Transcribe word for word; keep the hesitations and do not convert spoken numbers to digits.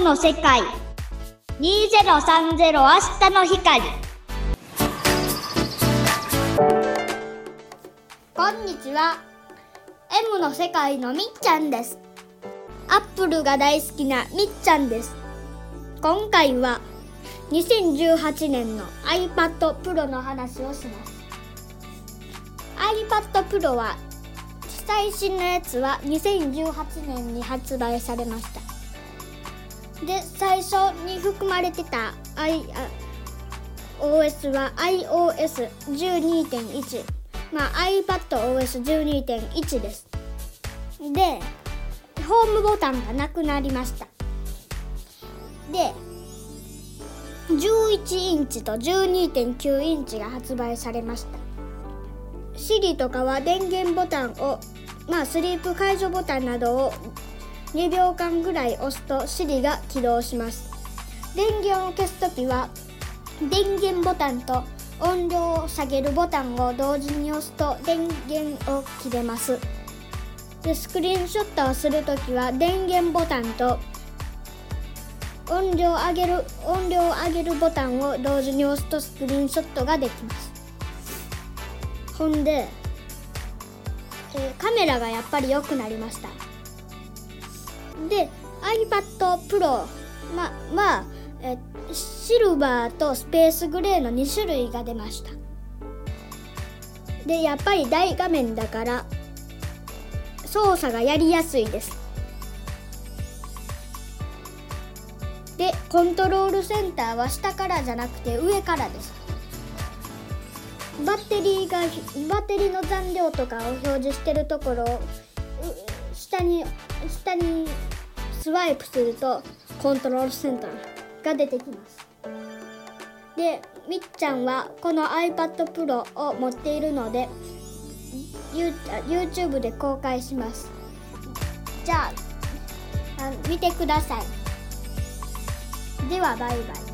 ムの世界にせんさんじゅう明日の光。こんにちは。 M の世界のみっちゃんです。アップルが大好きなみっちゃんです。今回はにせんじゅうはちねんの iPad Pro の話をします。 iPad Pro は最新のやつはにせんじゅうはちねんに発売されました。で、最初に含まれてた I あ オーエス は アイオーエスじゅうにてんいち、まあ iPad オーエスじゅうにてんいち です。で、ホームボタンがなくなりました。で、じゅういちインチと じゅうにてんきゅうインチが発売されました。Siri とかは電源ボタンを、まあスリープ解除ボタンなどをにびょうかんぐらい押すと Siri が起動します。電源を消すときは電源ボタンと音量を下げるボタンを同時に押すと電源を切れます。で、スクリーンショットをするときは電源ボタンと音量を上げる音量を上げるボタンを同時に押すとスクリーンショットができます。ほんで、えー、カメラがやっぱり良くなりました。で、iPad Pro ままあ、えシルバーとスペースグレーのに種類が出ました。で、やっぱり大画面だから操作がやりやすいです。で、コントロールセンターは下からじゃなくて上からです。バッテリーがバッテリーの残量とかを表示してるところを下に下にスワイプするとコントロールセンターが出てきます。で、みっちゃんはこの iPad Pro を持っているので YouTube で公開します。じゃあ、あ見てください。ではバイバイ。